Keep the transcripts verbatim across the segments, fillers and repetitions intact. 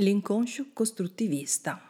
L'inconscio costruttivista.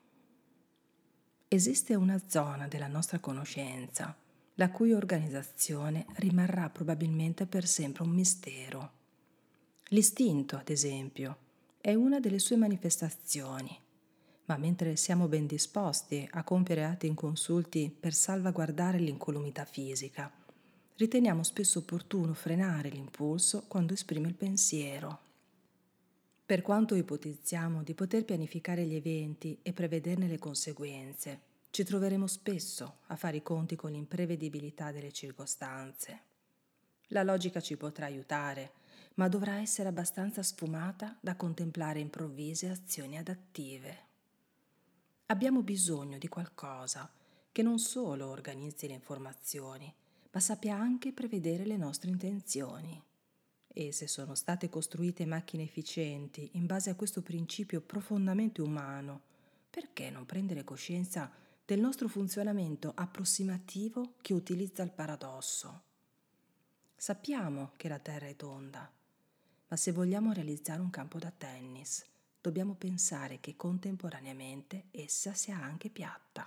Esiste una zona della nostra conoscenza la cui organizzazione rimarrà probabilmente per sempre un mistero. L'istinto, ad esempio, è una delle sue manifestazioni, ma mentre siamo ben disposti a compiere atti inconsulti per salvaguardare l'incolumità fisica, riteniamo spesso opportuno frenare l'impulso quando esprime il pensiero. Per quanto ipotizziamo di poter pianificare gli eventi e prevederne le conseguenze, ci troveremo spesso a fare i conti con l'imprevedibilità delle circostanze. La logica ci potrà aiutare, ma dovrà essere abbastanza sfumata da contemplare improvvise azioni adattive. Abbiamo bisogno di qualcosa che non solo organizzi le informazioni, ma sappia anche prevedere le nostre intenzioni. E se sono state costruite macchine efficienti in base a questo principio profondamente umano, perché non prendere coscienza del nostro funzionamento approssimativo che utilizza il paradosso? Sappiamo che la Terra è tonda, ma se vogliamo realizzare un campo da tennis, dobbiamo pensare che contemporaneamente essa sia anche piatta.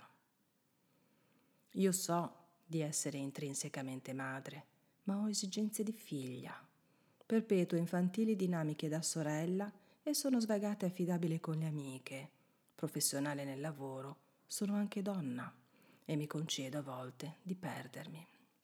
Io so di essere intrinsecamente madre, ma ho esigenze di figlia. Perpetuo infantili dinamiche da sorella e sono svagata e affidabile con le amiche. Professionale nel lavoro, sono anche donna e mi concedo a volte di perdermi.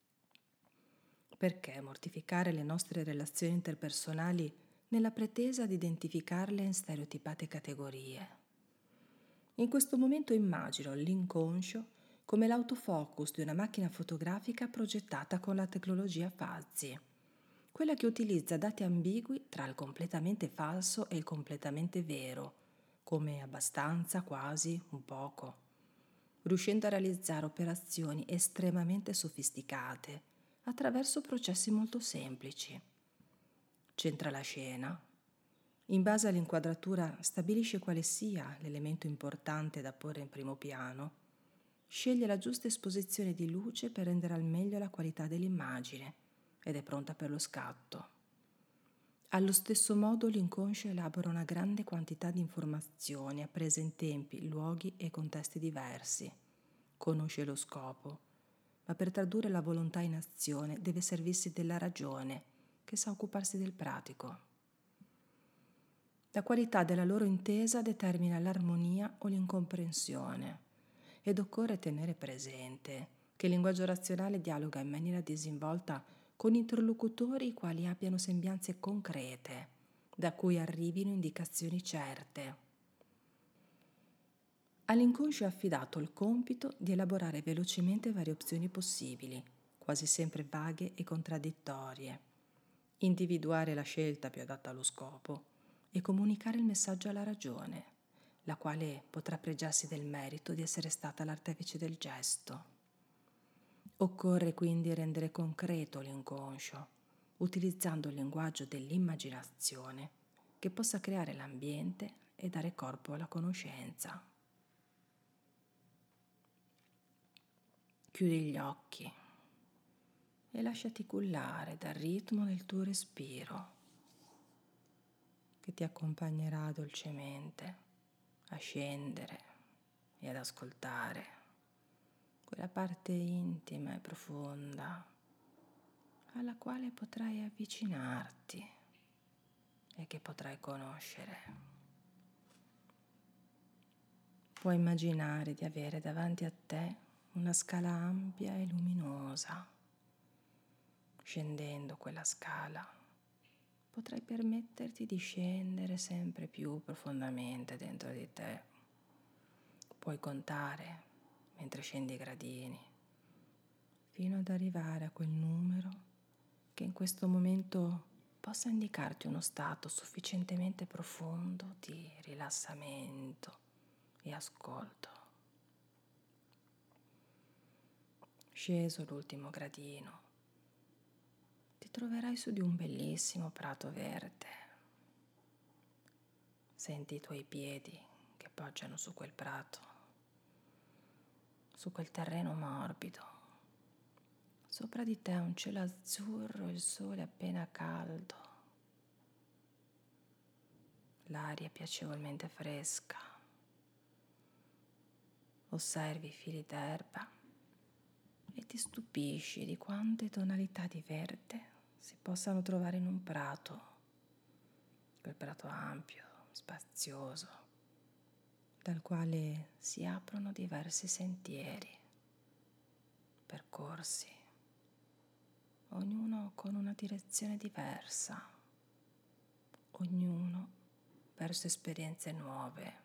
Perché mortificare le nostre relazioni interpersonali nella pretesa di identificarle in stereotipate categorie? In questo momento immagino l'inconscio come l'autofocus di una macchina fotografica progettata con la tecnologia Fuzzy, quella che utilizza dati ambigui tra il completamente falso e il completamente vero, come abbastanza, quasi, un poco, riuscendo a realizzare operazioni estremamente sofisticate attraverso processi molto semplici. Centra la scena. In base all'inquadratura stabilisce quale sia l'elemento importante da porre in primo piano. Sceglie la giusta esposizione di luce per rendere al meglio la qualità dell'immagine ed è pronta per lo scatto. Allo stesso modo l'inconscio elabora una grande quantità di informazioni apprese in tempi, luoghi e contesti diversi. Conosce lo scopo, ma per tradurre la volontà in azione deve servirsi della ragione, che sa occuparsi del pratico. La qualità della loro intesa determina l'armonia o l'incomprensione, ed occorre tenere presente che il linguaggio razionale dialoga in maniera disinvolta con interlocutori i quali abbiano sembianze concrete, da cui arrivino indicazioni certe. All'inconscio è affidato il compito di elaborare velocemente varie opzioni possibili, quasi sempre vaghe e contraddittorie, individuare la scelta più adatta allo scopo e comunicare il messaggio alla ragione, la quale potrà pregiarsi del merito di essere stata l'artefice del gesto. Occorre quindi rendere concreto l'inconscio, utilizzando il linguaggio dell'immaginazione che possa creare l'ambiente e dare corpo alla conoscenza. Chiudi gli occhi e lasciati cullare dal ritmo del tuo respiro, che ti accompagnerà dolcemente a scendere e ad ascoltare quella parte intima e profonda alla quale potrai avvicinarti e che potrai conoscere. Puoi immaginare di avere davanti a te una scala ampia e luminosa. Scendendo quella scala, potrai permetterti di scendere sempre più profondamente dentro di te. Puoi contare mentre scendi i gradini, fino ad arrivare a quel numero che in questo momento possa indicarti uno stato sufficientemente profondo di rilassamento e ascolto. Sceso l'ultimo gradino, ti troverai su di un bellissimo prato verde. Senti i tuoi piedi che poggiano su quel prato, su quel terreno morbido. Sopra di te un cielo azzurro e il sole appena caldo. l'aria piacevolmente fresca. Osservi i fili d'erba e ti stupisci di quante tonalità di verde si possano trovare in un prato, quel prato ampio, spazioso, dal quale si aprono diversi sentieri, percorsi, ognuno con una direzione diversa, ognuno verso esperienze nuove.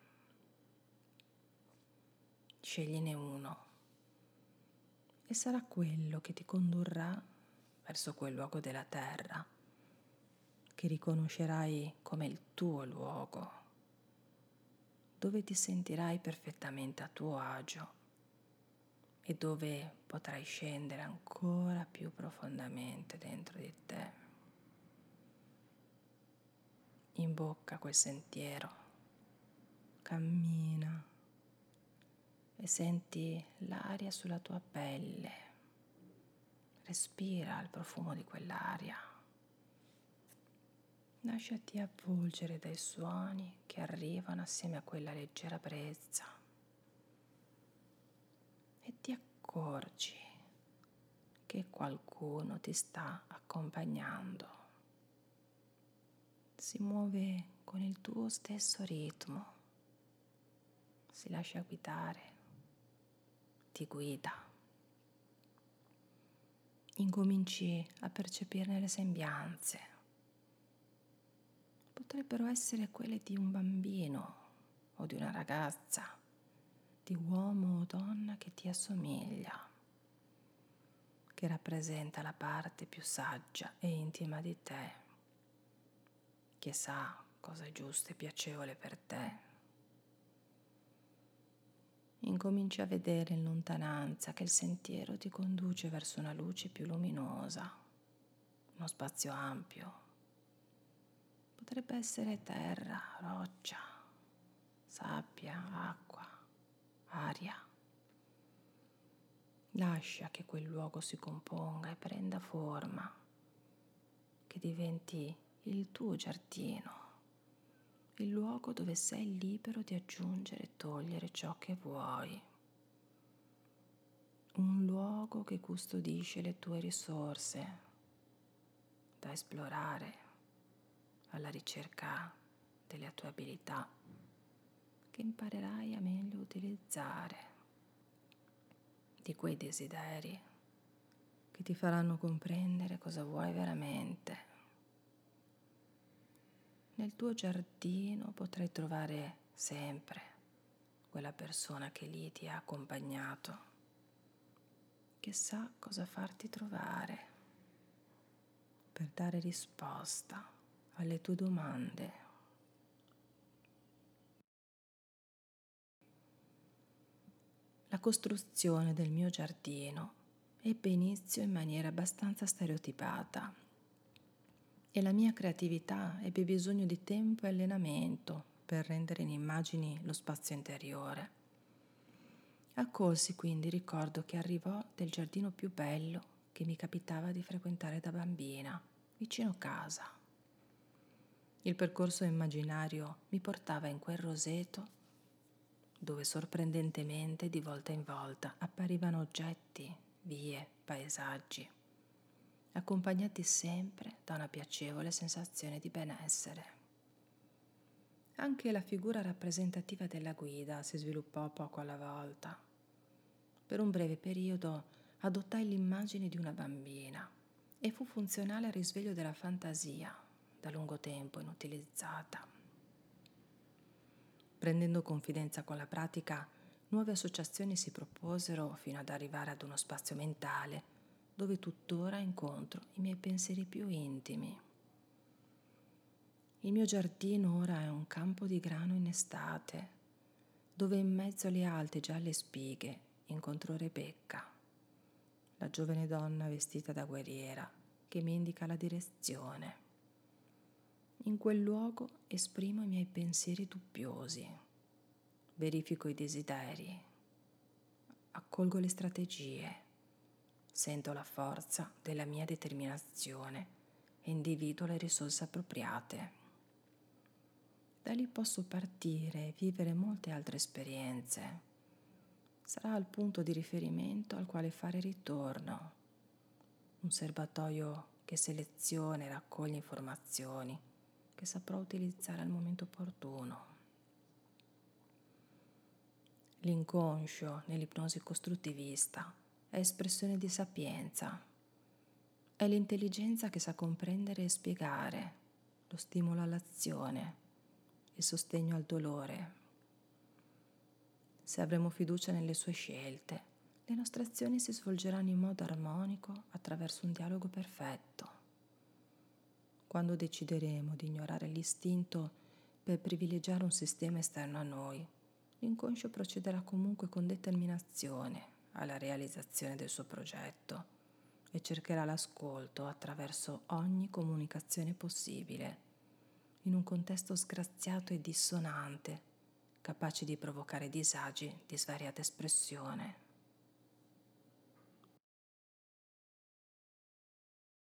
Scegliene uno e sarà quello che ti condurrà verso quel luogo della terra che riconoscerai come il tuo luogo, dove ti sentirai perfettamente a tuo agio e dove potrai scendere ancora più profondamente dentro di te. Imbocca quel sentiero, cammina e senti l'aria sulla tua pelle. Respira il profumo di quell'aria. Lasciati avvolgere dai suoni che arrivano assieme a quella leggera brezza e ti accorgi che qualcuno ti sta accompagnando. Si muove con il tuo stesso ritmo, si lascia guidare, ti guida. Incominci a percepirne le sembianze. Potrebbero essere quelle di un bambino o di una ragazza, di uomo o donna che ti assomiglia, che rappresenta la parte più saggia e intima di te, che sa cosa è giusto e piacevole per te. Incominci a vedere in lontananza che il sentiero ti conduce verso una luce più luminosa, uno spazio ampio. Potrebbe essere terra, roccia, sabbia, acqua, aria. Lascia che quel luogo si componga e prenda forma, che diventi il tuo giardino, il luogo dove sei libero di aggiungere e togliere ciò che vuoi. Un luogo che custodisce le tue risorse da esplorare, alla ricerca delle tue abilità che imparerai a meglio utilizzare, di quei desideri che ti faranno comprendere cosa vuoi veramente. Nel tuo giardino potrai trovare sempre quella persona che lì ti ha accompagnato, che sa cosa farti trovare per dare risposta alle tue domande. La costruzione del mio giardino ebbe inizio in maniera abbastanza stereotipata e la mia creatività ebbe bisogno di tempo e allenamento per rendere in immagini lo spazio interiore. Accolsi quindi il ricordo che arrivò del giardino più bello che mi capitava di frequentare da bambina, vicino casa. Il percorso immaginario mi portava in quel roseto dove sorprendentemente di volta in volta apparivano oggetti, vie, paesaggi, accompagnati sempre da una piacevole sensazione di benessere. Anche la figura rappresentativa della guida si sviluppò poco alla volta. Per un breve periodo adottai l'immagine di una bambina e fu funzionale al risveglio della fantasia, da lungo tempo inutilizzata. Prendendo confidenza con la pratica, nuove associazioni si proposero fino ad arrivare ad uno spazio mentale dove tuttora incontro i miei pensieri più intimi. Il mio giardino ora è un campo di grano in estate, dove in mezzo alle alte gialle spighe incontro Rebecca, la giovane donna vestita da guerriera che mi indica la direzione. In quel luogo esprimo i miei pensieri dubbiosi, verifico i desideri, accolgo le strategie, sento la forza della mia determinazione e individuo le risorse appropriate. Da lì posso partire e vivere molte altre esperienze. Sarà il punto di riferimento al quale fare ritorno, un serbatoio che seleziona e raccoglie informazioni che saprò utilizzare al momento opportuno. L'inconscio nell'ipnosi costruttivista è espressione di sapienza. È l'intelligenza che sa comprendere e spiegare, lo stimolo all'azione, il sostegno al dolore. Se avremo fiducia nelle sue scelte, le nostre azioni si svolgeranno in modo armonico attraverso un dialogo perfetto. Quando decideremo di ignorare l'istinto per privilegiare un sistema esterno a noi, l'inconscio procederà comunque con determinazione alla realizzazione del suo progetto e cercherà l'ascolto attraverso ogni comunicazione possibile, in un contesto sgraziato e dissonante, capace di provocare disagi di svariata espressione.